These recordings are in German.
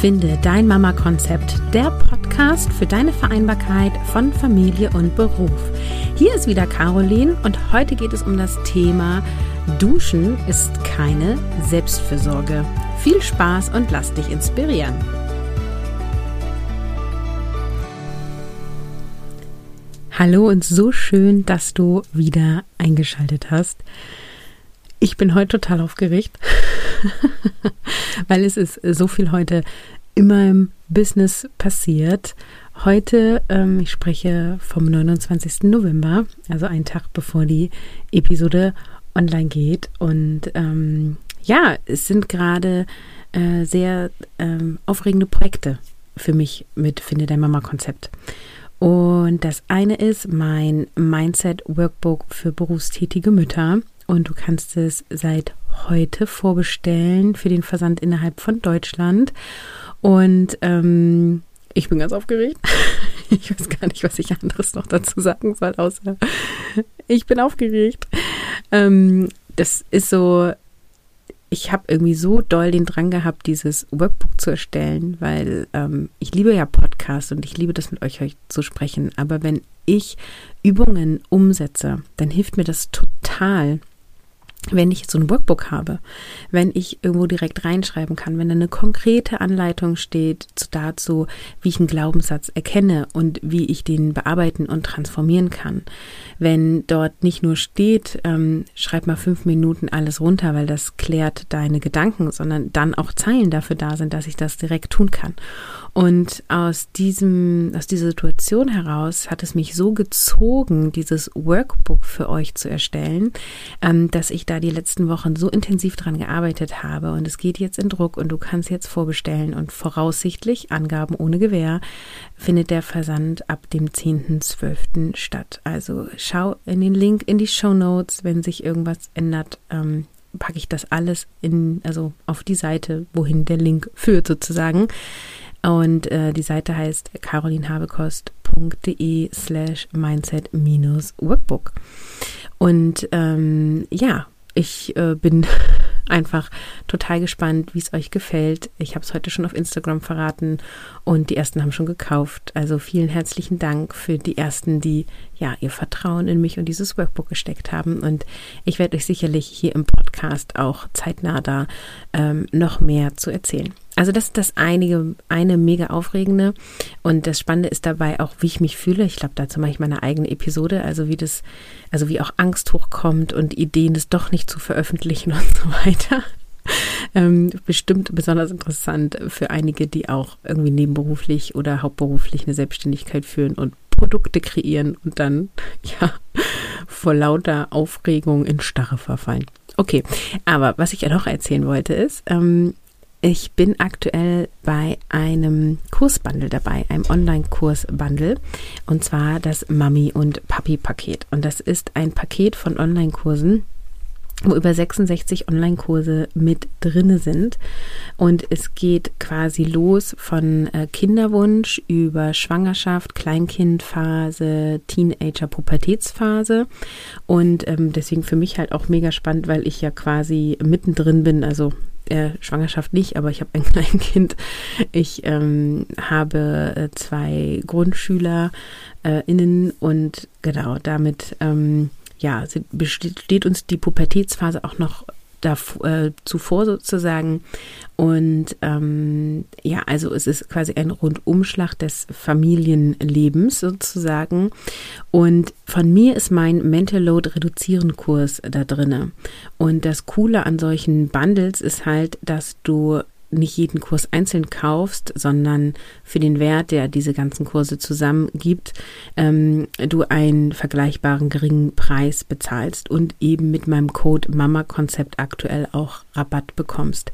Finde dein Mama-Konzept, der Podcast für deine Vereinbarkeit von Familie und Beruf. Hier ist wieder Caroline und heute geht es um das Thema Duschen ist keine Selbstfürsorge. Viel Spaß und lass dich inspirieren. Hallo und so schön, dass du wieder eingeschaltet hast. Ich bin heute total aufgeregt, weil es ist so viel heute in meinem Business passiert. Heute, ich spreche vom 29. November, also einen Tag bevor die Episode online geht. Und es sind gerade sehr aufregende Projekte für mich mit Finde dein Mama-Konzept. Und das eine ist mein Mindset-Workbook für berufstätige Mütter. Und du kannst es seit heute vorbestellen für den Versand innerhalb von Deutschland. Und ich bin ganz aufgeregt. Ich weiß gar nicht, was ich anderes noch dazu sagen soll, außer ich bin aufgeregt. Das ist so, ich habe irgendwie so doll den Drang gehabt, dieses Workbook zu erstellen, weil ich liebe ja Podcasts und ich liebe das mit euch zu sprechen. Aber wenn ich Übungen umsetze, dann hilft mir das total, wenn ich so ein Workbook habe, wenn ich irgendwo direkt reinschreiben kann, wenn da eine konkrete Anleitung steht dazu, wie ich einen Glaubenssatz erkenne und wie ich den bearbeiten und transformieren kann. Wenn dort nicht nur steht, schreib mal 5 Minuten alles runter, weil das klärt deine Gedanken, sondern dann auch Zeilen dafür da sind, dass ich das direkt tun kann. Und aus dieser Situation heraus hat es mich so gezogen, dieses Workbook für euch zu erstellen, dass ich da die letzten Wochen so intensiv dran gearbeitet habe und es geht jetzt in Druck und du kannst jetzt vorbestellen und voraussichtlich, Angaben ohne Gewähr, findet der Versand ab dem 10.12. statt. Also schau in den Link in die Shownotes, wenn sich irgendwas ändert, packe ich das alles auf die Seite, wohin der Link führt sozusagen. Und die Seite heißt carolinhabekost.de/mindset-workbook. Und ich bin einfach total gespannt, wie es euch gefällt. Ich habe es heute schon auf Instagram verraten und die ersten haben schon gekauft. Also vielen herzlichen Dank für die ersten, die ihr Vertrauen in mich und dieses Workbook gesteckt haben. Und ich werde euch sicherlich hier im Podcast auch zeitnah da noch mehr zu erzählen. Also das ist das eine mega aufregende und das Spannende ist dabei auch, wie ich mich fühle. Ich glaube, dazu mache ich meine eigene Episode, wie auch Angst hochkommt und Ideen, das doch nicht zu veröffentlichen und so weiter. Bestimmt besonders interessant für einige, die auch irgendwie nebenberuflich oder hauptberuflich eine Selbstständigkeit führen und Produkte kreieren und dann vor lauter Aufregung in Starre verfallen. Okay, aber was ich ja noch erzählen wollte ist, ich bin aktuell bei einem Kursbundle dabei, einem Online-Kurs-Bundle, und zwar das Mami- und Papi-Paket. Und das ist ein Paket von Online-Kursen, wo über 66 Online-Kurse mit drinne sind. Und es geht quasi los von Kinderwunsch über Schwangerschaft, Kleinkindphase, Teenager, Pubertätsphase. Und deswegen für mich halt auch mega spannend, weil ich ja quasi mittendrin bin, also Schwangerschaft nicht, aber ich habe ein Kleinkind. Ich habe 2 GrundschülerInnen und genau, damit besteht uns die Pubertätsphase auch noch zuvor sozusagen. Und also es ist quasi ein Rundumschlag des Familienlebens sozusagen. Und von mir ist mein Mental Load Reduzieren Kurs da drinne. Und das Coole an solchen Bundles ist halt, dass du nicht jeden Kurs einzeln kaufst, sondern für den Wert, der diese ganzen Kurse zusammen gibt, du einen vergleichbaren geringen Preis bezahlst und eben mit meinem Code Mama-Konzept aktuell auch Rabatt bekommst.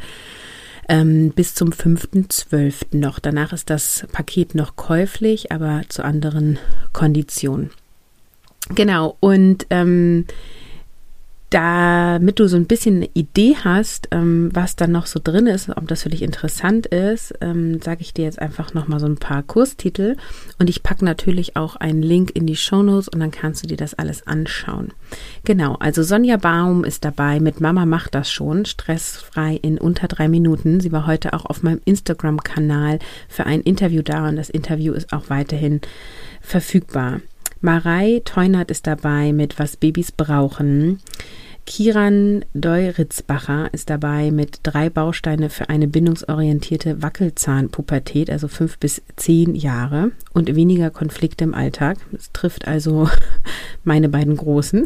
Bis zum 5.12. noch. Danach ist das Paket noch käuflich, aber zu anderen Konditionen. Genau, und Damit du so ein bisschen eine Idee hast, was dann noch so drin ist, ob das für dich interessant ist, sage ich dir jetzt einfach nochmal so ein paar Kurstitel und ich packe natürlich auch einen Link in die Shownotes und dann kannst du dir das alles anschauen. Genau, also Sonja Baum ist dabei mit Mama macht das schon, stressfrei in unter 3 Minuten. Sie war heute auch auf meinem Instagram-Kanal für ein Interview da und das Interview ist auch weiterhin verfügbar. Marei Teunert ist dabei mit Was Babys brauchen. Kiran Deuritzbacher ist dabei mit 3 Bausteine für eine bindungsorientierte Wackelzahnpubertät, also 5 bis 10 Jahre und weniger Konflikte im Alltag. Das trifft also meine beiden Großen.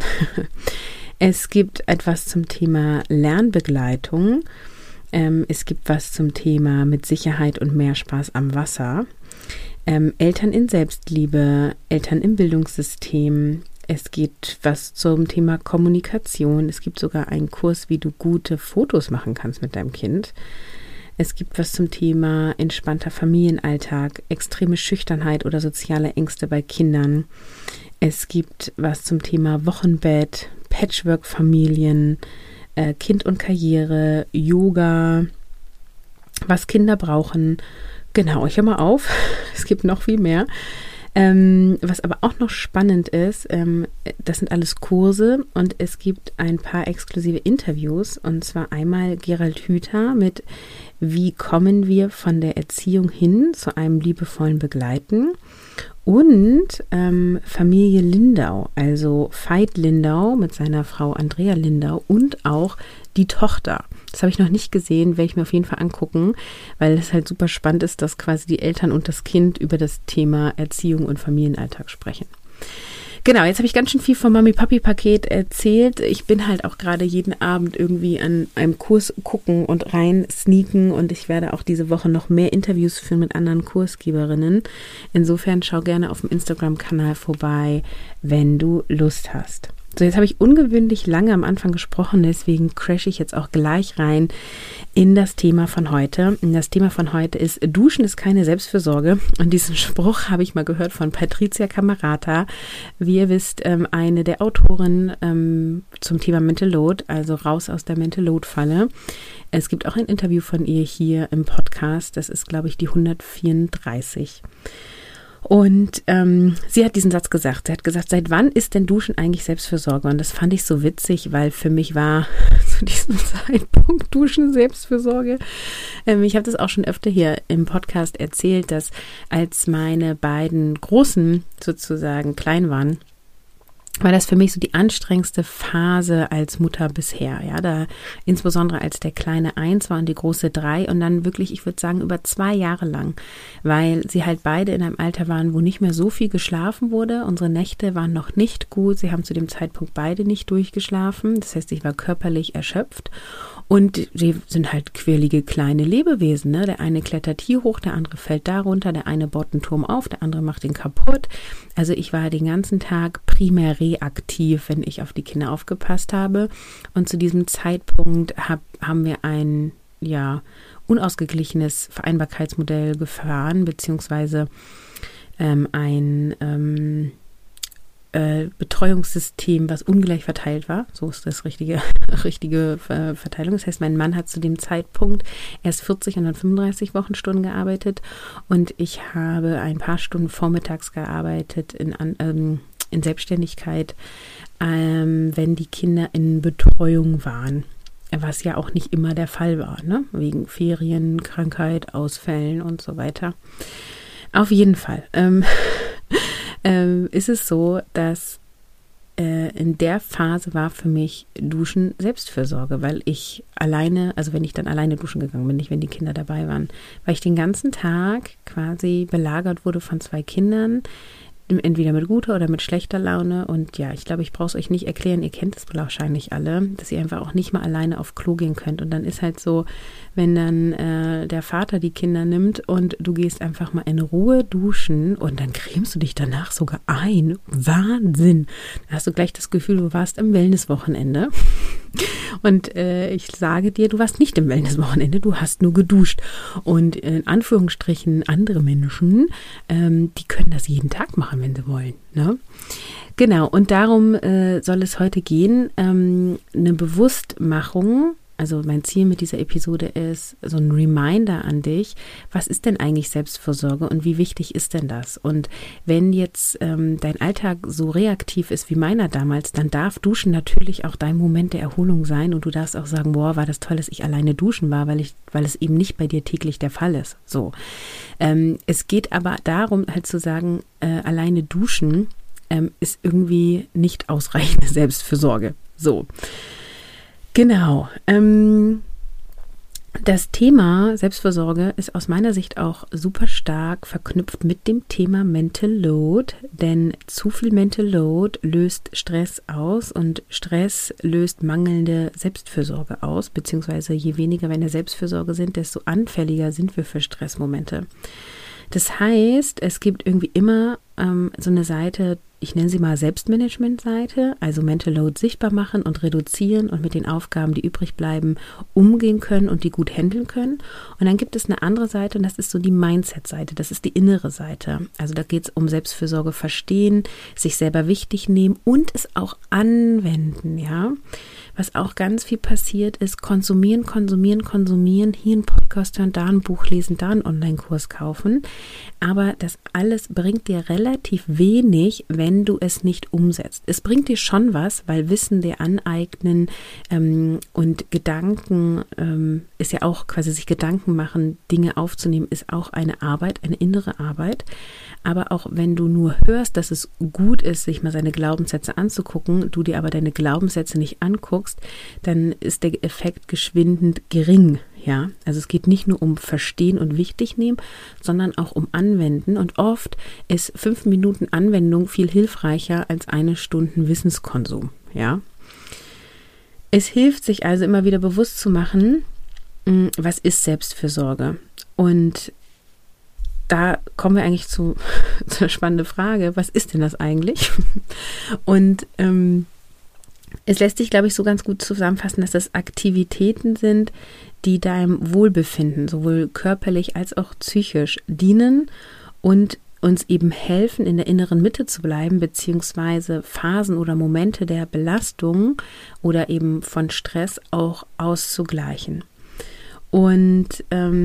Es gibt etwas zum Thema Lernbegleitung. Es gibt was zum Thema mit Sicherheit und mehr Spaß am Wasser. Eltern in Selbstliebe, Eltern im Bildungssystem. Es gibt was zum Thema Kommunikation. Es gibt sogar einen Kurs, wie du gute Fotos machen kannst mit deinem Kind. Es gibt was zum Thema entspannter Familienalltag, extreme Schüchternheit oder soziale Ängste bei Kindern. Es gibt was zum Thema Wochenbett, Patchwork-Familien, Kind und Karriere, Yoga, was Kinder brauchen. Genau, ich höre mal auf. Es gibt noch viel mehr. Was aber auch noch spannend ist, das sind alles Kurse und es gibt ein paar exklusive Interviews und zwar einmal Gerald Hüther mit Wie kommen wir von der Erziehung hin zu einem liebevollen Begleiten und Familie Lindau, also Veit Lindau mit seiner Frau Andrea Lindau und auch die Tochter. Das habe ich noch nicht gesehen, werde ich mir auf jeden Fall angucken, weil es halt super spannend ist, dass quasi die Eltern und das Kind über das Thema Erziehung und Familienalltag sprechen. Genau, jetzt habe ich ganz schön viel vom Mami-Papi-Paket erzählt. Ich bin halt auch gerade jeden Abend irgendwie an einem Kurs gucken und rein sneaken und ich werde auch diese Woche noch mehr Interviews führen mit anderen Kursgeberinnen. Insofern schau gerne auf dem Instagram-Kanal vorbei, wenn du Lust hast. So, jetzt habe ich ungewöhnlich lange am Anfang gesprochen, deswegen crashe ich jetzt auch gleich rein in das Thema von heute. Und das Thema von heute ist, Duschen ist keine Selbstfürsorge. Und diesen Spruch habe ich mal gehört von Patricia Camerata. Wie ihr wisst, eine der Autoren zum Thema Mental Load, also raus aus der Mental Load-Falle. Es gibt auch ein Interview von ihr hier im Podcast. Das ist, glaube ich, die 134. Und sie hat diesen Satz gesagt. Sie hat gesagt, seit wann ist denn Duschen eigentlich Selbstfürsorge? Und das fand ich so witzig, weil für mich war zu diesem Zeitpunkt Duschen Selbstfürsorge. Ich habe das auch schon öfter hier im Podcast erzählt, dass als meine beiden Großen sozusagen klein waren, war das für mich so die anstrengendste Phase als Mutter bisher, ja, da insbesondere als der Kleine 1 war und die Große 3 und dann wirklich, ich würde sagen, über 2 Jahre lang, weil sie halt beide in einem Alter waren, wo nicht mehr so viel geschlafen wurde. Unsere Nächte waren noch nicht gut, sie haben zu dem Zeitpunkt beide nicht durchgeschlafen, das heißt, ich war körperlich erschöpft und sie sind halt quirlige kleine Lebewesen, ne? Der eine klettert hier hoch, der andere fällt da runter, der eine baut einen Turm auf, der andere macht ihn kaputt. Also ich war den ganzen Tag primär reaktiv, wenn ich auf die Kinder aufgepasst habe. Und zu diesem Zeitpunkt haben wir ein unausgeglichenes Vereinbarkeitsmodell gefahren, beziehungsweise ein Betreuungssystem, was ungleich verteilt war. So ist das richtige Verteilung. Das heißt, mein Mann hat zu dem Zeitpunkt erst 40 und dann 35 Wochenstunden gearbeitet und ich habe ein paar Stunden vormittags gearbeitet in Selbstständigkeit, wenn die Kinder in Betreuung waren. Was ja auch nicht immer der Fall war, ne? Wegen Ferien, Krankheit, Ausfällen und so weiter. Auf jeden Fall ist es so, dass in der Phase war für mich Duschen Selbstfürsorge, weil ich alleine, also wenn ich dann alleine duschen gegangen bin, nicht wenn die Kinder dabei waren, weil ich den ganzen Tag quasi belagert wurde von 2 Kindern, entweder mit guter oder mit schlechter Laune und ja, ich glaube, ich brauche es euch nicht erklären, ihr kennt es wahrscheinlich alle, dass ihr einfach auch nicht mal alleine auf Klo gehen könnt und dann ist halt so, wenn dann der Vater die Kinder nimmt und du gehst einfach mal in Ruhe duschen und dann cremst du dich danach sogar ein, Wahnsinn, da hast du gleich das Gefühl, du warst am Wellnesswochenende. Und ich sage dir, du warst nicht im Wellness-Wochenende, du hast nur geduscht. Und in Anführungsstrichen andere Menschen, die können das jeden Tag machen, wenn sie wollen. Ne? Genau, und darum soll es heute gehen, eine Bewusstmachung. Also mein Ziel mit dieser Episode ist so ein Reminder an dich, was ist denn eigentlich Selbstfürsorge und wie wichtig ist denn das? Und wenn jetzt dein Alltag so reaktiv ist wie meiner damals, dann darf Duschen natürlich auch dein Moment der Erholung sein und du darfst auch sagen, boah, war das toll, dass ich alleine duschen war, weil es eben nicht bei dir täglich der Fall ist. So, es geht aber darum, halt zu sagen, alleine duschen ist irgendwie nicht ausreichende Selbstfürsorge. So. Genau. Das Thema Selbstfürsorge ist aus meiner Sicht auch super stark verknüpft mit dem Thema Mental Load, denn zu viel Mental Load löst Stress aus und Stress löst mangelnde Selbstfürsorge aus, beziehungsweise je weniger wir in der Selbstfürsorge sind, desto anfälliger sind wir für Stressmomente. Das heißt, es gibt irgendwie immer so eine Seite, ich nenne sie mal Selbstmanagement-Seite, also Mental Load sichtbar machen und reduzieren und mit den Aufgaben, die übrig bleiben, umgehen können und die gut handeln können. Und dann gibt es eine andere Seite und das ist so die Mindset-Seite, das ist die innere Seite. Also da geht es um Selbstfürsorge verstehen, sich selber wichtig nehmen und es auch anwenden, ja. Was auch ganz viel passiert ist, konsumieren, hier einen Podcast hören, da ein Buch lesen, da einen Online-Kurs kaufen. Aber das alles bringt dir relativ wenig, wenn du es nicht umsetzt. Es bringt dir schon was, weil Wissen dir aneignen und Gedanken ist ja auch quasi sich Gedanken machen, Dinge aufzunehmen, ist auch eine Arbeit, eine innere Arbeit. Aber auch wenn du nur hörst, dass es gut ist, sich mal seine Glaubenssätze anzugucken, du dir aber deine Glaubenssätze nicht anguckst, dann ist der Effekt geschwindend gering. Ja, also es geht nicht nur um Verstehen und Wichtignehmen, sondern auch um Anwenden. Und oft ist 5 Minuten Anwendung viel hilfreicher als 1 Stunde Wissenskonsum. Ja, es hilft sich also immer wieder bewusst zu machen, was ist Selbstfürsorge? Und da kommen wir eigentlich zu einer spannenden Frage, was ist denn das eigentlich? Und es lässt sich, glaube ich, so ganz gut zusammenfassen, dass das Aktivitäten sind, die deinem Wohlbefinden, sowohl körperlich als auch psychisch dienen und uns eben helfen, in der inneren Mitte zu bleiben, beziehungsweise Phasen oder Momente der Belastung oder eben von Stress auch auszugleichen. Und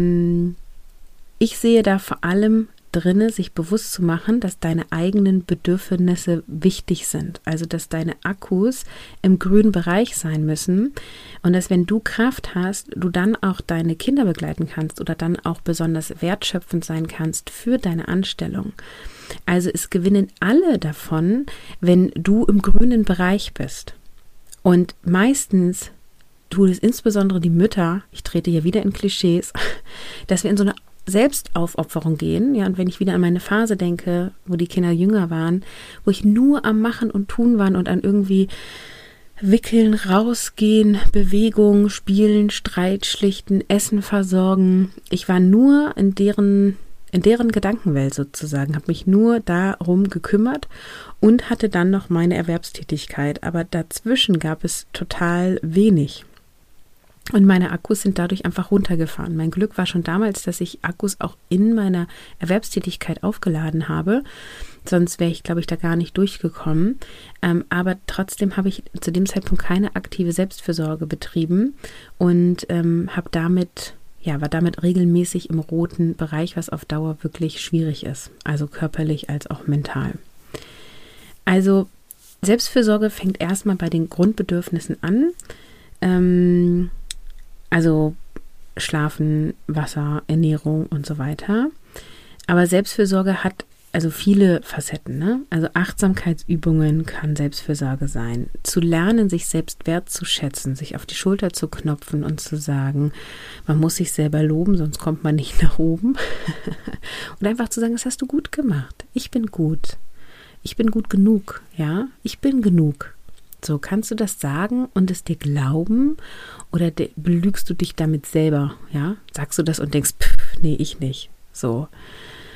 ich sehe da vor allem drinne, sich bewusst zu machen, dass deine eigenen Bedürfnisse wichtig sind. Also, dass deine Akkus im grünen Bereich sein müssen und dass, wenn du Kraft hast, du dann auch deine Kinder begleiten kannst oder dann auch besonders wertschöpfend sein kannst für deine Anstellung. Also, es gewinnen alle davon, wenn du im grünen Bereich bist. Und meistens tun es insbesondere die Mütter, ich trete hier wieder in Klischees, dass wir in so eine Selbstaufopferung gehen, ja, und wenn ich wieder an meine Phase denke, wo die Kinder jünger waren, wo ich nur am Machen und Tun war und an irgendwie Wickeln, rausgehen, Bewegung, Spielen, Streit schlichten, Essen versorgen. Ich war nur in deren Gedankenwelt sozusagen, habe mich nur darum gekümmert und hatte dann noch meine Erwerbstätigkeit, aber dazwischen gab es total wenig. Und meine Akkus sind dadurch einfach runtergefahren. Mein Glück war schon damals, dass ich Akkus auch in meiner Erwerbstätigkeit aufgeladen habe. Sonst wäre ich, glaube ich, da gar nicht durchgekommen. Aber trotzdem habe ich zu dem Zeitpunkt keine aktive Selbstfürsorge betrieben und war damit regelmäßig im roten Bereich, was auf Dauer wirklich schwierig ist. Also körperlich als auch mental. Also Selbstfürsorge fängt erstmal bei den Grundbedürfnissen an. Also Schlafen, Wasser, Ernährung und so weiter. Aber Selbstfürsorge hat also viele Facetten, ne? Also Achtsamkeitsübungen kann Selbstfürsorge sein. Zu lernen, sich selbst wertzuschätzen, sich auf die Schulter zu knopfen und zu sagen, man muss sich selber loben, sonst kommt man nicht nach oben. Und einfach zu sagen, das hast du gut gemacht. Ich bin gut. Ich bin gut genug, ja? Ich bin genug. So, kannst du das sagen und es dir glauben oder belügst du dich damit selber, ja? Sagst du das und denkst, nee, ich nicht. So.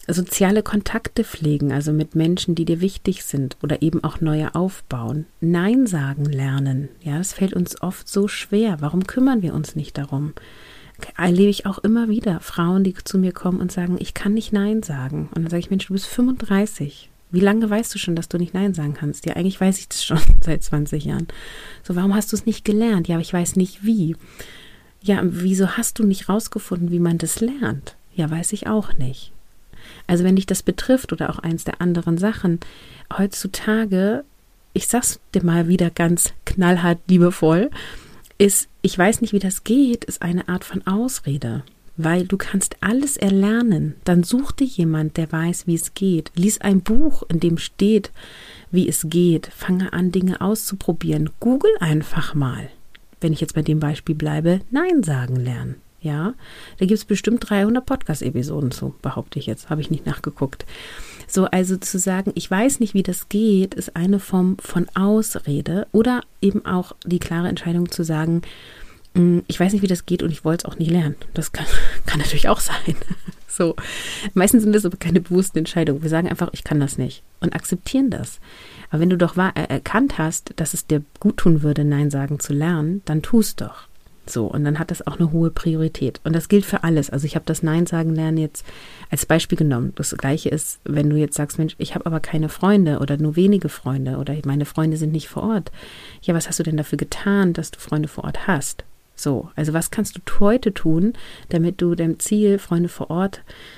Soziale Kontakte pflegen, also mit Menschen, die dir wichtig sind oder eben auch neue aufbauen. Nein sagen lernen, ja, das fällt uns oft so schwer. Warum kümmern wir uns nicht darum? Erlebe ich auch immer wieder Frauen, die zu mir kommen und sagen, ich kann nicht Nein sagen. Und dann sage ich, Mensch, du bist 35. Wie lange weißt du schon, dass du nicht Nein sagen kannst? Ja, eigentlich weiß ich das schon seit 20 Jahren. So, warum hast du es nicht gelernt? Ja, aber ich weiß nicht wie. Ja, wieso hast du nicht rausgefunden, wie man das lernt? Ja, weiß ich auch nicht. Also wenn dich das betrifft oder auch eins der anderen Sachen, heutzutage, ich sag's dir mal wieder ganz knallhart liebevoll, ist, ich weiß nicht, wie das geht, ist eine Art von Ausrede. Weil du kannst alles erlernen. Dann such dir jemand, der weiß, wie es geht. Lies ein Buch, in dem steht, wie es geht. Fange an, Dinge auszuprobieren. Google einfach mal. Wenn ich jetzt bei dem Beispiel bleibe, Nein sagen lernen. Ja, da gibt es bestimmt 300 Podcast-Episoden zu, behaupte ich jetzt, habe ich nicht nachgeguckt. So, also zu sagen, ich weiß nicht, wie das geht, ist eine Form von Ausrede oder eben auch die klare Entscheidung zu sagen, ich weiß nicht, wie das geht und ich wollte es auch nicht lernen. Das kann natürlich auch sein. So, meistens sind das aber keine bewussten Entscheidungen. Wir sagen einfach, ich kann das nicht und akzeptieren das. Aber wenn du doch erkannt hast, dass es dir gut tun würde, Nein sagen zu lernen, dann tu es doch. So, und dann hat das auch eine hohe Priorität. Und das gilt für alles. Also ich habe das Nein sagen lernen jetzt als Beispiel genommen. Das Gleiche ist, wenn du jetzt sagst, Mensch, ich habe aber keine Freunde oder nur wenige Freunde oder meine Freunde sind nicht vor Ort. Ja, was hast du denn dafür getan, dass du Freunde vor Ort hast? So, also was kannst du heute tun, damit du dem Ziel, Freunde vor Ort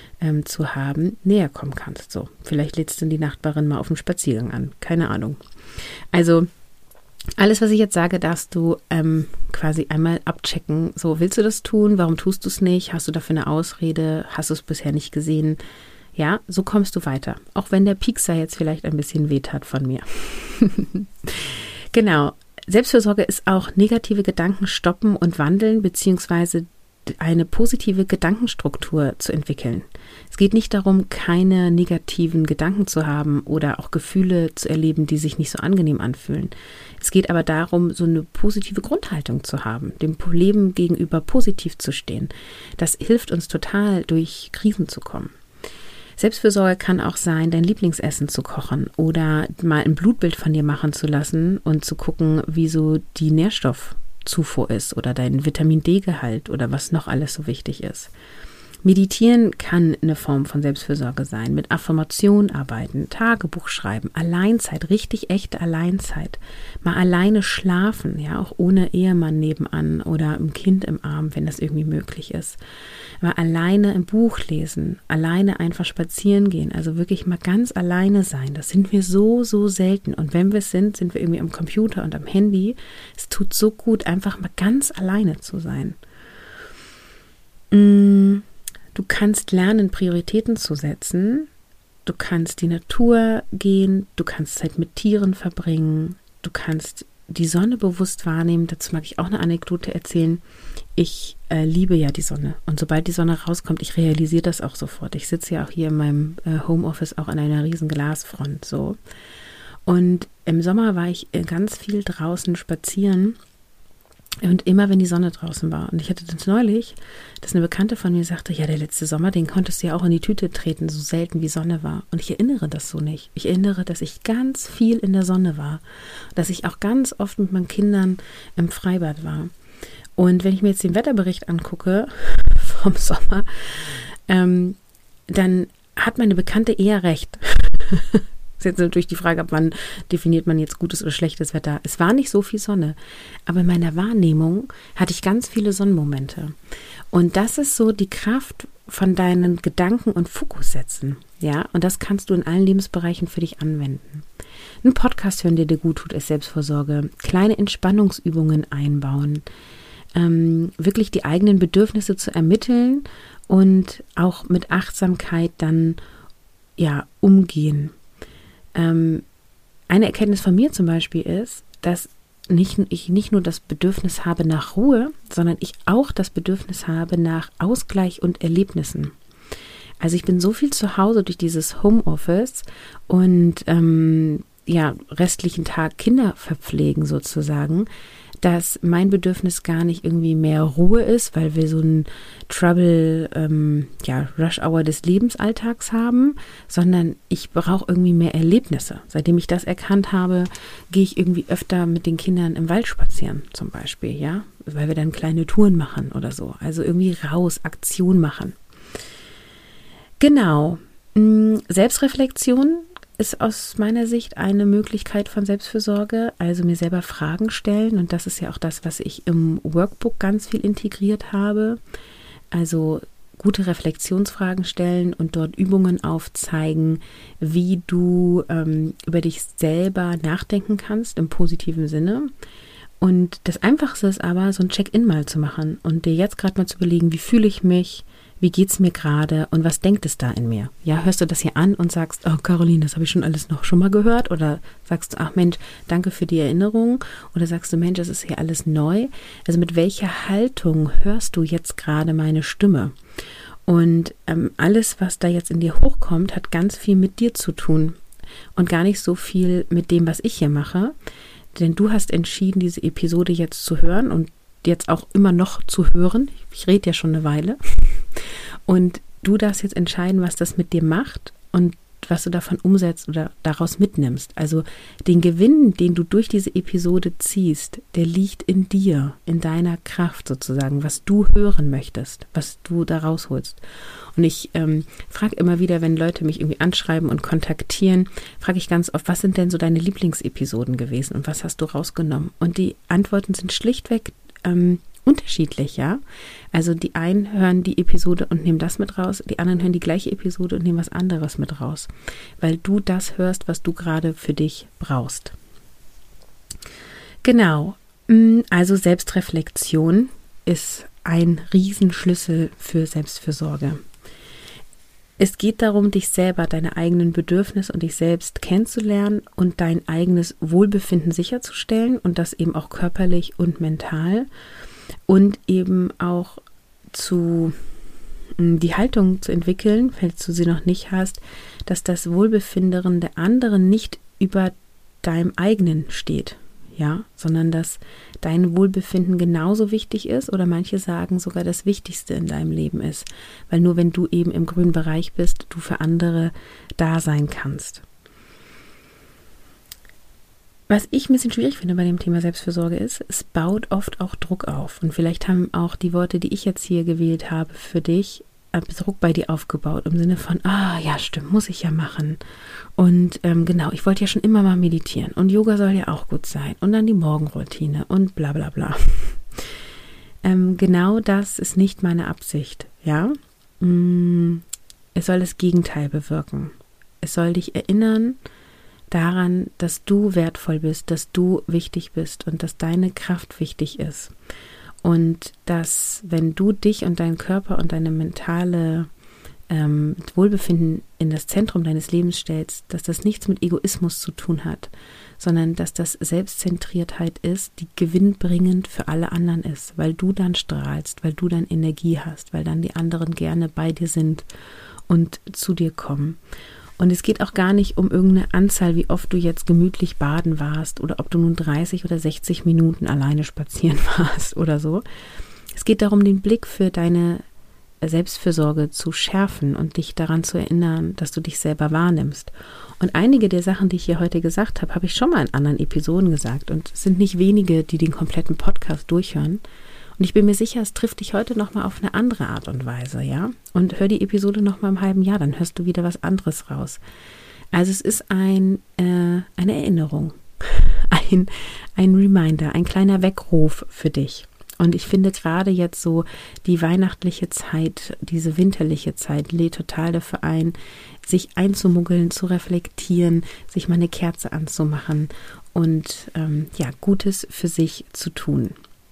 zu haben, näher kommen kannst? So, vielleicht lädst du die Nachbarin mal auf einen Spaziergang an. Keine Ahnung. Also alles, was ich jetzt sage, darfst du quasi einmal abchecken. So, willst du das tun? Warum tust du es nicht? Hast du dafür eine Ausrede? Hast du es bisher nicht gesehen? Ja, so kommst du weiter. Auch wenn der Piekser jetzt vielleicht ein bisschen wehtat von mir. Genau. Selbstfürsorge ist auch negative Gedanken stoppen und wandeln, beziehungsweise eine positive Gedankenstruktur zu entwickeln. Es geht nicht darum, keine negativen Gedanken zu haben oder auch Gefühle zu erleben, die sich nicht so angenehm anfühlen. Es geht aber darum, so eine positive Grundhaltung zu haben, dem Leben gegenüber positiv zu stehen. Das hilft uns total, durch Krisen zu kommen. Selbstfürsorge kann auch sein, dein Lieblingsessen zu kochen oder mal ein Blutbild von dir machen zu lassen und zu gucken, wie so die Nährstoffzufuhr ist oder dein Vitamin-D-Gehalt oder was noch alles so wichtig ist. Meditieren kann eine Form von Selbstfürsorge sein, mit Affirmation arbeiten, Tagebuch schreiben, Alleinzeit, richtig echte Alleinzeit, mal alleine schlafen, ja, auch ohne Ehemann nebenan oder ein Kind im Arm, wenn das irgendwie möglich ist. Mal alleine ein Buch lesen, alleine einfach spazieren gehen, also wirklich mal ganz alleine sein. Das sind wir so, so selten. Und wenn wir es sind, sind wir irgendwie am Computer und am Handy. Es tut so gut, einfach mal ganz alleine zu sein. Du kannst lernen, Prioritäten zu setzen. Du kannst die Natur gehen. Du kannst Zeit mit Tieren verbringen. Du kannst die Sonne bewusst wahrnehmen. Dazu mag ich auch eine Anekdote erzählen. Ich liebe ja die Sonne. Und sobald die Sonne rauskommt, ich realisiere das auch sofort. Ich sitze ja auch hier in meinem Homeoffice auch an einer riesen Glasfront. So. Und im Sommer war ich ganz viel draußen spazieren. Und immer, wenn die Sonne draußen war. Und ich hatte das neulich, dass eine Bekannte von mir sagte, ja, der letzte Sommer, den konntest du ja auch in die Tüte treten, so selten wie Sonne war. Und ich erinnere das so nicht. Ich erinnere, dass ich ganz viel in der Sonne war. Dass ich auch ganz oft mit meinen Kindern im Freibad war. Und wenn ich mir jetzt den Wetterbericht angucke vom Sommer, dann hat meine Bekannte eher recht. Das ist jetzt natürlich die Frage, ab wann definiert man jetzt gutes oder schlechtes Wetter. Es war nicht so viel Sonne, aber in meiner Wahrnehmung hatte ich ganz viele Sonnenmomente. Und das ist so die Kraft von deinen Gedanken und Fokus setzen. Ja, und das kannst du in allen Lebensbereichen für dich anwenden. Ein Podcast hören, der dir gut tut, ist Selbstfürsorge. Kleine Entspannungsübungen einbauen. Wirklich die eigenen Bedürfnisse zu ermitteln und auch mit Achtsamkeit dann ja umgehen. Eine Erkenntnis von mir zum Beispiel ist, dass ich nicht nur das Bedürfnis habe nach Ruhe, sondern ich auch das Bedürfnis habe nach Ausgleich und Erlebnissen. Also ich bin so viel zu Hause durch dieses Homeoffice und restlichen Tag Kinder verpflegen sozusagen, dass mein Bedürfnis gar nicht irgendwie mehr Ruhe ist, weil wir so einen Rush-Hour des Lebensalltags haben, sondern ich brauche irgendwie mehr Erlebnisse. Seitdem ich das erkannt habe, gehe ich irgendwie öfter mit den Kindern im Wald spazieren zum Beispiel, ja, weil wir dann kleine Touren machen oder so. Also irgendwie raus, Aktion machen. Genau. Selbstreflexion ist aus meiner Sicht eine Möglichkeit von Selbstfürsorge, also mir selber Fragen stellen, und das ist ja auch das, was ich im Workbook ganz viel integriert habe, also gute Reflexionsfragen stellen und dort Übungen aufzeigen, wie du über dich selber nachdenken kannst im positiven Sinne. Und das Einfachste ist aber, so ein Check-in mal zu machen und dir jetzt gerade mal zu überlegen, wie fühle ich mich, wie geht's mir gerade und was denkt es da in mir? Ja, hörst du das hier an und sagst, oh Caroline, das habe ich schon mal gehört? Oder sagst du, ach Mensch, danke für die Erinnerung? Oder sagst du, Mensch, das ist hier alles neu? Also mit welcher Haltung hörst du jetzt gerade meine Stimme? Und alles, was da jetzt in dir hochkommt, hat ganz viel mit dir zu tun und gar nicht so viel mit dem, was ich hier mache. Denn du hast entschieden, diese Episode jetzt zu hören und jetzt auch immer noch zu hören. Ich rede ja schon eine Weile. Und du darfst jetzt entscheiden, was das mit dir macht und was du davon umsetzt oder daraus mitnimmst. Also den Gewinn, den du durch diese Episode ziehst, der liegt in dir, in deiner Kraft sozusagen, was du hören möchtest, was du da rausholst. Und ich frage immer wieder, wenn Leute mich irgendwie anschreiben und kontaktieren, frage ich ganz oft, was sind denn so deine Lieblingsepisoden gewesen und was hast du rausgenommen? Und die Antworten sind schlichtweg unterschiedlich, ja. Also die einen hören die Episode und nehmen das mit raus, die anderen hören die gleiche Episode und nehmen was anderes mit raus, weil du das hörst, was du gerade für dich brauchst. Genau, also Selbstreflexion ist ein Riesenschlüssel für Selbstfürsorge. Es geht darum, dich selber, deine eigenen Bedürfnisse und dich selbst kennenzulernen und dein eigenes Wohlbefinden sicherzustellen und das eben auch körperlich und mental und eben auch die Haltung zu entwickeln, falls du sie noch nicht hast, dass das Wohlbefinden der anderen nicht über deinem eigenen steht, ja, sondern dass dein Wohlbefinden genauso wichtig ist oder manche sagen sogar das Wichtigste in deinem Leben ist, weil nur wenn du eben im grünen Bereich bist, du für andere da sein kannst. Was ich ein bisschen schwierig finde bei dem Thema Selbstfürsorge ist, es baut oft auch Druck auf und vielleicht haben auch die Worte, die ich jetzt hier gewählt habe für dich, Druck bei dir aufgebaut, im Sinne von, ja stimmt, muss ich ja machen. Und genau, ich wollte ja schon immer mal meditieren und Yoga soll ja auch gut sein und dann die Morgenroutine und bla bla bla. Genau das ist nicht meine Absicht, ja. Es soll das Gegenteil bewirken. Es soll dich erinnern daran, dass du wertvoll bist, dass du wichtig bist und dass deine Kraft wichtig ist. Und dass, wenn du dich und deinen Körper und deine mentale Wohlbefinden in das Zentrum deines Lebens stellst, dass das nichts mit Egoismus zu tun hat, sondern dass das Selbstzentriertheit ist, die gewinnbringend für alle anderen ist, weil du dann strahlst, weil du dann Energie hast, weil dann die anderen gerne bei dir sind und zu dir kommen. Und es geht auch gar nicht um irgendeine Anzahl, wie oft du jetzt gemütlich baden warst oder ob du nun 30 oder 60 Minuten alleine spazieren warst oder so. Es geht darum, den Blick für deine Selbstfürsorge zu schärfen und dich daran zu erinnern, dass du dich selber wahrnimmst. Und einige der Sachen, die ich hier heute gesagt habe, habe ich schon mal in anderen Episoden gesagt. Und es sind nicht wenige, die den kompletten Podcast durchhören. Und ich bin mir sicher, es trifft dich heute nochmal auf eine andere Art und Weise, ja? Und hör die Episode nochmal im halben Jahr, dann hörst du wieder was anderes raus. Also es ist eine Erinnerung, ein Reminder, ein kleiner Weckruf für dich. Und ich finde gerade jetzt so die weihnachtliche Zeit, diese winterliche Zeit lädt total dafür ein, sich einzumuggeln, zu reflektieren, sich mal eine Kerze anzumachen und Gutes für sich zu tun.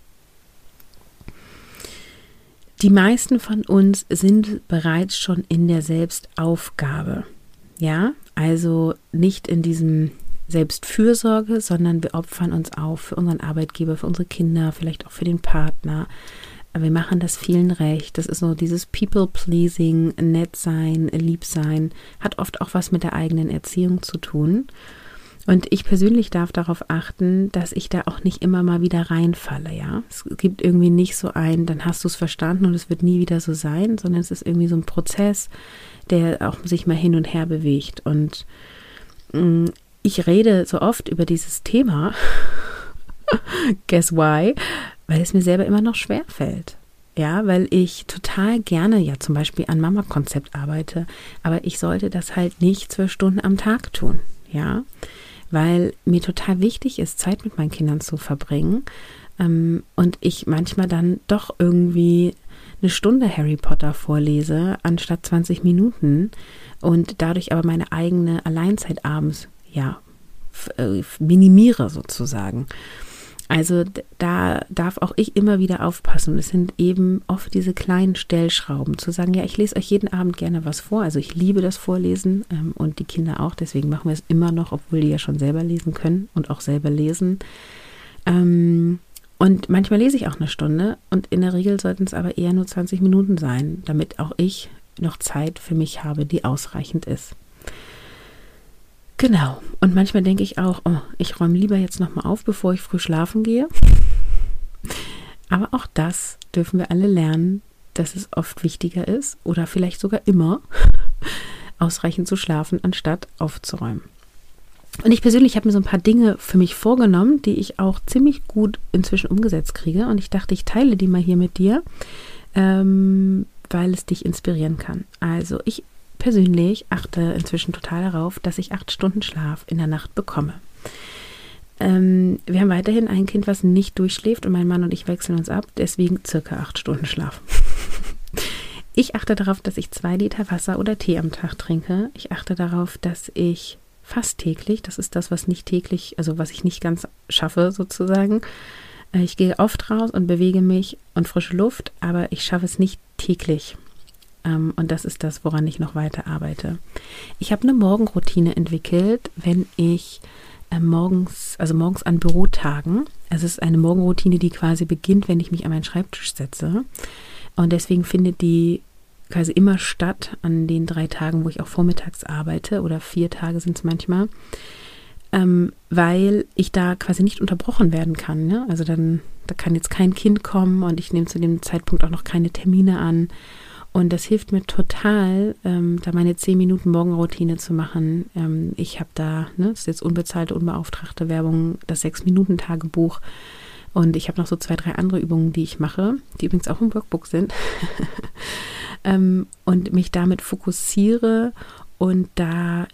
Die meisten von uns sind bereits schon in der Selbstaufgabe, ja, also nicht in diesem Selbstfürsorge, sondern wir opfern uns auf für unseren Arbeitgeber, für unsere Kinder, vielleicht auch für den Partner. Wir machen das vielen recht. Das ist so dieses People-Pleasing, nett sein, lieb sein, hat oft auch was mit der eigenen Erziehung zu tun. Und ich persönlich darf darauf achten, dass ich da auch nicht immer mal wieder reinfalle, ja. Es gibt irgendwie nicht so dann hast du es verstanden und es wird nie wieder so sein, sondern es ist irgendwie so ein Prozess, der auch sich mal hin und her bewegt. Und ich rede so oft über dieses Thema, guess why, weil es mir selber immer noch schwerfällt. Ja, weil ich total gerne ja zum Beispiel an Mama-Konzept arbeite, aber ich sollte das halt nicht 12 Stunden am Tag tun, ja, weil mir total wichtig ist, Zeit mit meinen Kindern zu verbringen und ich manchmal dann doch irgendwie eine Stunde Harry Potter vorlese, anstatt 20 Minuten und dadurch aber meine eigene Alleinzeit abends, ja, minimiere sozusagen. Also da darf auch ich immer wieder aufpassen. Und es sind eben oft diese kleinen Stellschrauben, zu sagen, ja, ich lese euch jeden Abend gerne was vor. Also ich liebe das Vorlesen und die Kinder auch. Deswegen machen wir es immer noch, obwohl die ja schon selber lesen können und auch selber lesen. Und manchmal lese ich auch eine Stunde und in der Regel sollten es aber eher nur 20 Minuten sein, damit auch ich noch Zeit für mich habe, die ausreichend ist. Genau. Und manchmal denke ich auch, ich räume lieber jetzt nochmal auf, bevor ich früh schlafen gehe. Aber auch das dürfen wir alle lernen, dass es oft wichtiger ist oder vielleicht sogar immer ausreichend zu schlafen, anstatt aufzuräumen. Und ich persönlich habe mir so ein paar Dinge für mich vorgenommen, die ich auch ziemlich gut inzwischen umgesetzt kriege. Und ich dachte, ich teile die mal hier mit dir, weil es dich inspirieren kann. Also ich persönlich achte inzwischen total darauf, dass ich 8 Stunden Schlaf in der Nacht bekomme. Wir haben weiterhin ein Kind, was nicht durchschläft und mein Mann und ich wechseln uns ab, deswegen circa 8 Stunden Schlaf. Ich achte darauf, dass ich 2 Liter Wasser oder Tee am Tag trinke. Ich achte darauf, dass ich fast täglich, das ist das, was nicht täglich, also was ich nicht ganz schaffe sozusagen. Ich gehe oft raus und bewege mich und frische Luft, aber ich schaffe es nicht täglich. Und das ist das, woran ich noch weiter arbeite. Ich habe eine Morgenroutine entwickelt, wenn ich morgens an Bürotagen, also es ist eine Morgenroutine, die quasi beginnt, wenn ich mich an meinen Schreibtisch setze. Und deswegen findet die quasi immer statt an den 3 Tagen, wo ich auch vormittags arbeite, oder 4 Tage sind es manchmal, weil ich da quasi nicht unterbrochen werden kann. Ne? Also da kann jetzt kein Kind kommen und ich nehme zu dem Zeitpunkt auch noch keine Termine an. Und das hilft mir total, da meine 10 Minuten Morgenroutine zu machen. Ich habe da, das ist jetzt unbezahlte, unbeauftragte Werbung, das 6-Minuten-Tagebuch. Und ich habe noch so 2, 3 andere Übungen, die ich mache, die übrigens auch im Workbook sind. Und mich damit fokussiere und da,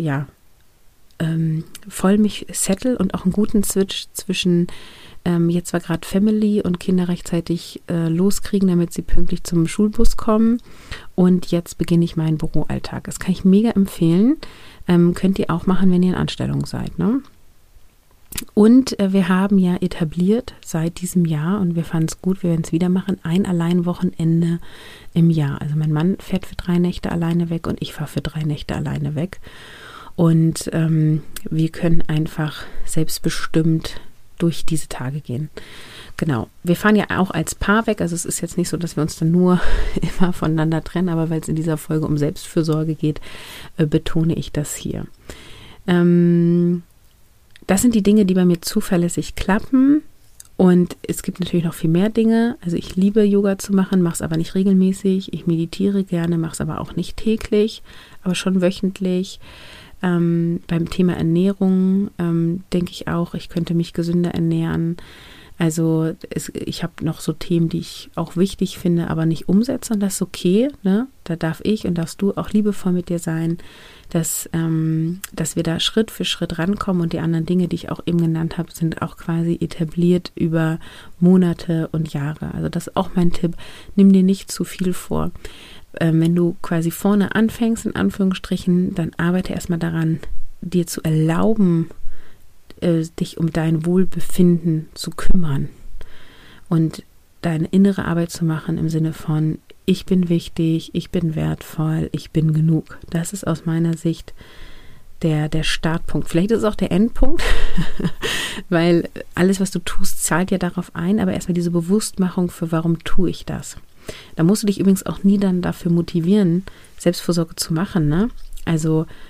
voll mich settle und auch einen guten Switch zwischen jetzt war gerade Family und Kinder rechtzeitig loskriegen, damit sie pünktlich zum Schulbus kommen. Und jetzt beginne ich meinen Büroalltag. Das kann ich mega empfehlen. Könnt ihr auch machen, wenn ihr in Anstellung seid. Ne? Und wir haben ja etabliert seit diesem Jahr, und wir fanden es gut, wir werden es wieder machen, ein Alleinwochenende im Jahr. Also mein Mann fährt für 3 Nächte alleine weg und ich fahre für 3 Nächte alleine weg. Und wir können einfach selbstbestimmt durch diese Tage gehen. Genau. Wir fahren ja auch als Paar weg, also es ist jetzt nicht so, dass wir uns dann nur immer voneinander trennen, aber weil es in dieser Folge um Selbstfürsorge geht, betone ich das hier. Das sind die Dinge, die bei mir zuverlässig klappen, und es gibt natürlich noch viel mehr Dinge. Also ich liebe Yoga zu machen, mache es aber nicht regelmäßig. Ich meditiere gerne, mache es aber auch nicht täglich, aber schon wöchentlich. Beim Thema Ernährung denke ich auch, ich könnte mich gesünder ernähren. Also ich habe noch so Themen, die ich auch wichtig finde, aber nicht umsetze, und das ist okay. Ne? Da darf ich und darfst du auch liebevoll mit dir sein, dass wir da Schritt für Schritt rankommen, und die anderen Dinge, die ich auch eben genannt habe, sind auch quasi etabliert über Monate und Jahre. Also das ist auch mein Tipp, nimm dir nicht zu viel vor. Wenn du quasi vorne anfängst, in Anführungsstrichen, dann arbeite erstmal daran, dir zu erlauben, dich um dein Wohlbefinden zu kümmern und deine innere Arbeit zu machen im Sinne von, ich bin wichtig, ich bin wertvoll, ich bin genug. Das ist aus meiner Sicht der Startpunkt. Vielleicht ist es auch der Endpunkt, weil alles, was du tust, zahlt ja darauf ein, aber erstmal diese Bewusstmachung für, warum tue ich das. Da musst du dich übrigens auch nie dann dafür motivieren, Selbstfürsorge zu machen, ne? Also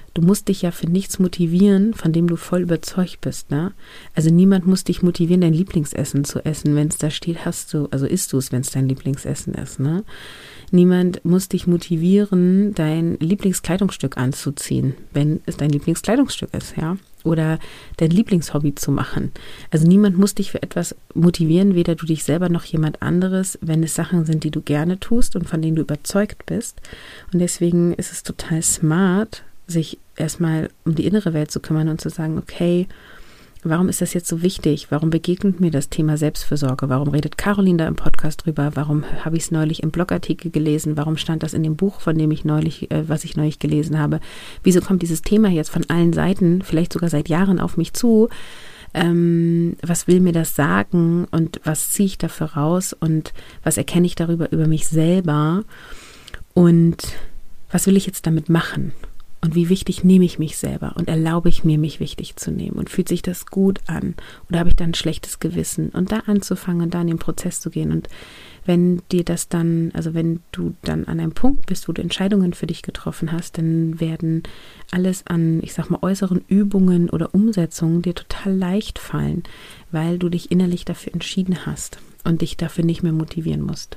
du musst dich ja für nichts motivieren, von dem du voll überzeugt bist, ne? Also niemand muss dich motivieren, dein Lieblingsessen zu essen, wenn es da steht, isst du es, wenn es dein Lieblingsessen ist, ne? Niemand muss dich motivieren, dein Lieblingskleidungsstück anzuziehen, wenn es dein Lieblingskleidungsstück ist, ja? Oder dein Lieblingshobby zu machen. Also niemand muss dich für etwas motivieren, weder du dich selber noch jemand anderes, wenn es Sachen sind, die du gerne tust und von denen du überzeugt bist. Und deswegen ist es total smart, sich erstmal um die innere Welt zu kümmern und zu sagen, okay, warum ist das jetzt so wichtig? Warum begegnet mir das Thema Selbstfürsorge? Warum redet Caroline da im Podcast drüber? Warum habe ich es neulich im Blogartikel gelesen? Warum stand das in dem Buch, was ich neulich gelesen habe? Wieso kommt dieses Thema jetzt von allen Seiten, vielleicht sogar seit Jahren auf mich zu? Was will mir das sagen? Und was ziehe ich dafür raus? Und was erkenne ich darüber über mich selber? Und was will ich jetzt damit machen? Und wie wichtig nehme ich mich selber und erlaube ich mir, mich wichtig zu nehmen? Und fühlt sich das gut an? Oder habe ich dann ein schlechtes Gewissen? Und da anzufangen und da in den Prozess zu gehen. Und wenn du dann an einem Punkt bist, wo du Entscheidungen für dich getroffen hast, dann werden alles an, ich sag mal, äußeren Übungen oder Umsetzungen dir total leicht fallen, weil du dich innerlich dafür entschieden hast und dich dafür nicht mehr motivieren musst.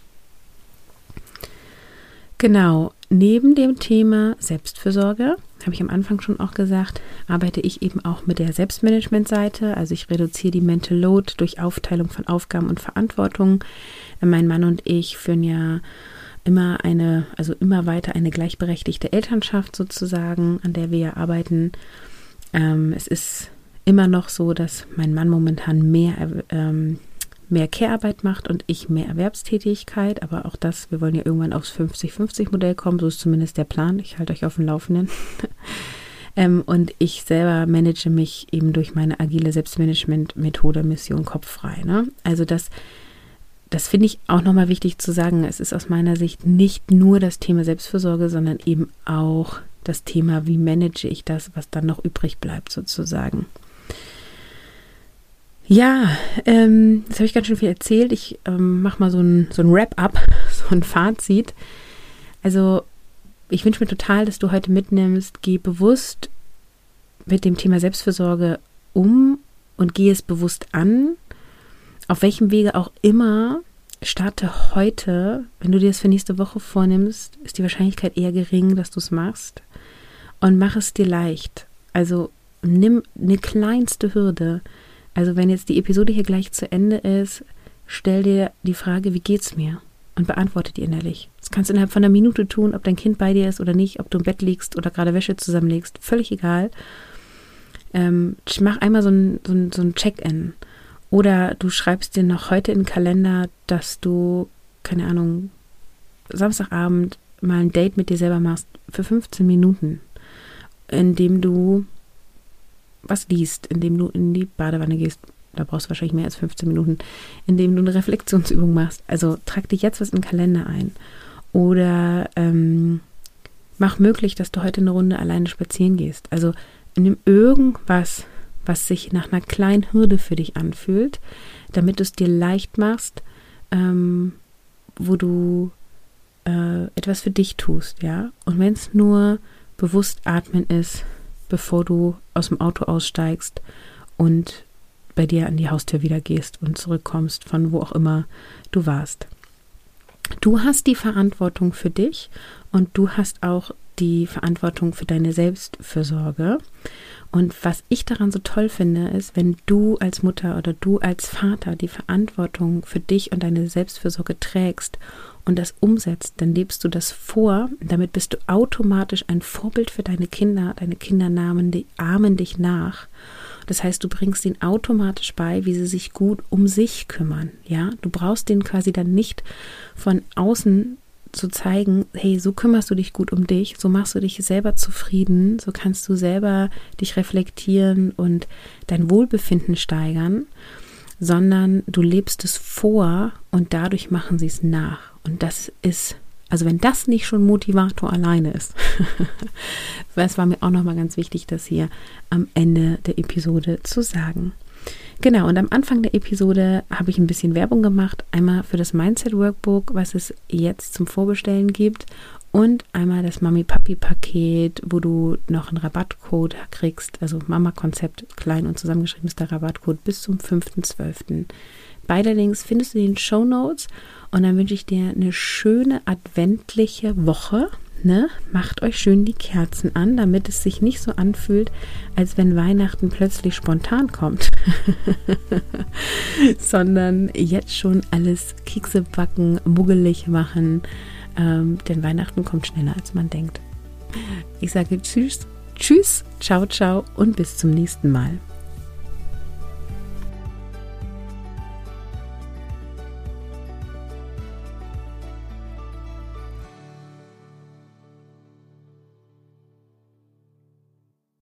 Genau, neben dem Thema Selbstfürsorge, habe ich am Anfang schon auch gesagt, arbeite ich eben auch mit der Selbstmanagement-Seite. Also ich reduziere die Mental Load durch Aufteilung von Aufgaben und Verantwortung. Mein Mann und ich führen ja immer weiter eine gleichberechtigte Elternschaft sozusagen, an der wir ja arbeiten. Es ist immer noch so, dass mein Mann momentan mehr Care-Arbeit macht und ich mehr Erwerbstätigkeit, aber auch das, wir wollen ja irgendwann aufs 50-50-Modell kommen, so ist zumindest der Plan, ich halte euch auf dem Laufenden. Und ich selber manage mich eben durch meine agile Selbstmanagement-Methode Mission Kopf frei. Ne? Also das finde ich auch nochmal wichtig zu sagen, es ist aus meiner Sicht nicht nur das Thema Selbstfürsorge, sondern eben auch das Thema, wie manage ich das, was dann noch übrig bleibt sozusagen. Ja, jetzt habe ich ganz schön viel erzählt. Ich mache mal so ein Wrap-up, so ein Fazit. Also ich wünsche mir total, dass du heute mitnimmst, geh bewusst mit dem Thema Selbstfürsorge um und geh es bewusst an. Auf welchem Wege auch immer, starte heute. Wenn du dir das für nächste Woche vornimmst, ist die Wahrscheinlichkeit eher gering, dass du es machst. Und mach es dir leicht. Also nimm eine kleinste Hürde. Also wenn jetzt die Episode hier gleich zu Ende ist, stell dir die Frage, wie geht's mir? Und beantworte die innerlich. Das kannst du innerhalb von einer Minute tun, ob dein Kind bei dir ist oder nicht, ob du im Bett liegst oder gerade Wäsche zusammenlegst. Völlig egal. Mach einmal so ein Check-in. Oder du schreibst dir noch heute in den Kalender, dass du, keine Ahnung, Samstagabend mal ein Date mit dir selber machst für 15 Minuten, indem du was liest, indem du in die Badewanne gehst, da brauchst du wahrscheinlich mehr als 15 Minuten, indem du eine Reflexionsübung machst. Also trag dir jetzt was in den Kalender ein. Oder mach möglich, dass du heute eine Runde alleine spazieren gehst. Also nimm irgendwas, was sich nach einer kleinen Hürde für dich anfühlt, damit du es dir leicht machst, wo du etwas für dich tust, ja. Und wenn es nur bewusst atmen ist, bevor du aus dem Auto aussteigst und bei dir an die Haustür wieder gehst und zurückkommst, von wo auch immer du warst. Du hast die Verantwortung für dich und du hast auch die Verantwortung für deine Selbstfürsorge. Und was ich daran so toll finde, ist, wenn du als Mutter oder du als Vater die Verantwortung für dich und deine Selbstfürsorge trägst und das umsetzt, dann lebst du das vor. Damit bist du automatisch ein Vorbild für deine Kinder. Deine Kinder ahmen dich nach. Das heißt, du bringst ihnen automatisch bei, wie sie sich gut um sich kümmern. Ja, du brauchst denen quasi dann nicht von außen zu zeigen, hey, so kümmerst du dich gut um dich, so machst du dich selber zufrieden, so kannst du selber dich reflektieren und dein Wohlbefinden steigern, sondern du lebst es vor und dadurch machen sie es nach. Und das ist, also wenn das nicht schon Motivator alleine ist, das war mir auch nochmal ganz wichtig, das hier am Ende der Episode zu sagen. Genau, und am Anfang der Episode habe ich ein bisschen Werbung gemacht, einmal für das Mindset Workbook, was es jetzt zum Vorbestellen gibt und einmal das Mami-Papi-Paket, wo du noch einen Rabattcode kriegst, also Mama-Konzept, klein und zusammengeschrieben ist der Rabattcode bis zum 5.12. Beide Links findest du in den Shownotes und dann wünsche ich dir eine schöne adventliche Woche. Ne? Macht euch schön die Kerzen an, damit es sich nicht so anfühlt, als wenn Weihnachten plötzlich spontan kommt, sondern jetzt schon alles Kekse backen, muggelig machen, denn Weihnachten kommt schneller, als man denkt. Ich sage tschüss, ciao, ciao und bis zum nächsten Mal.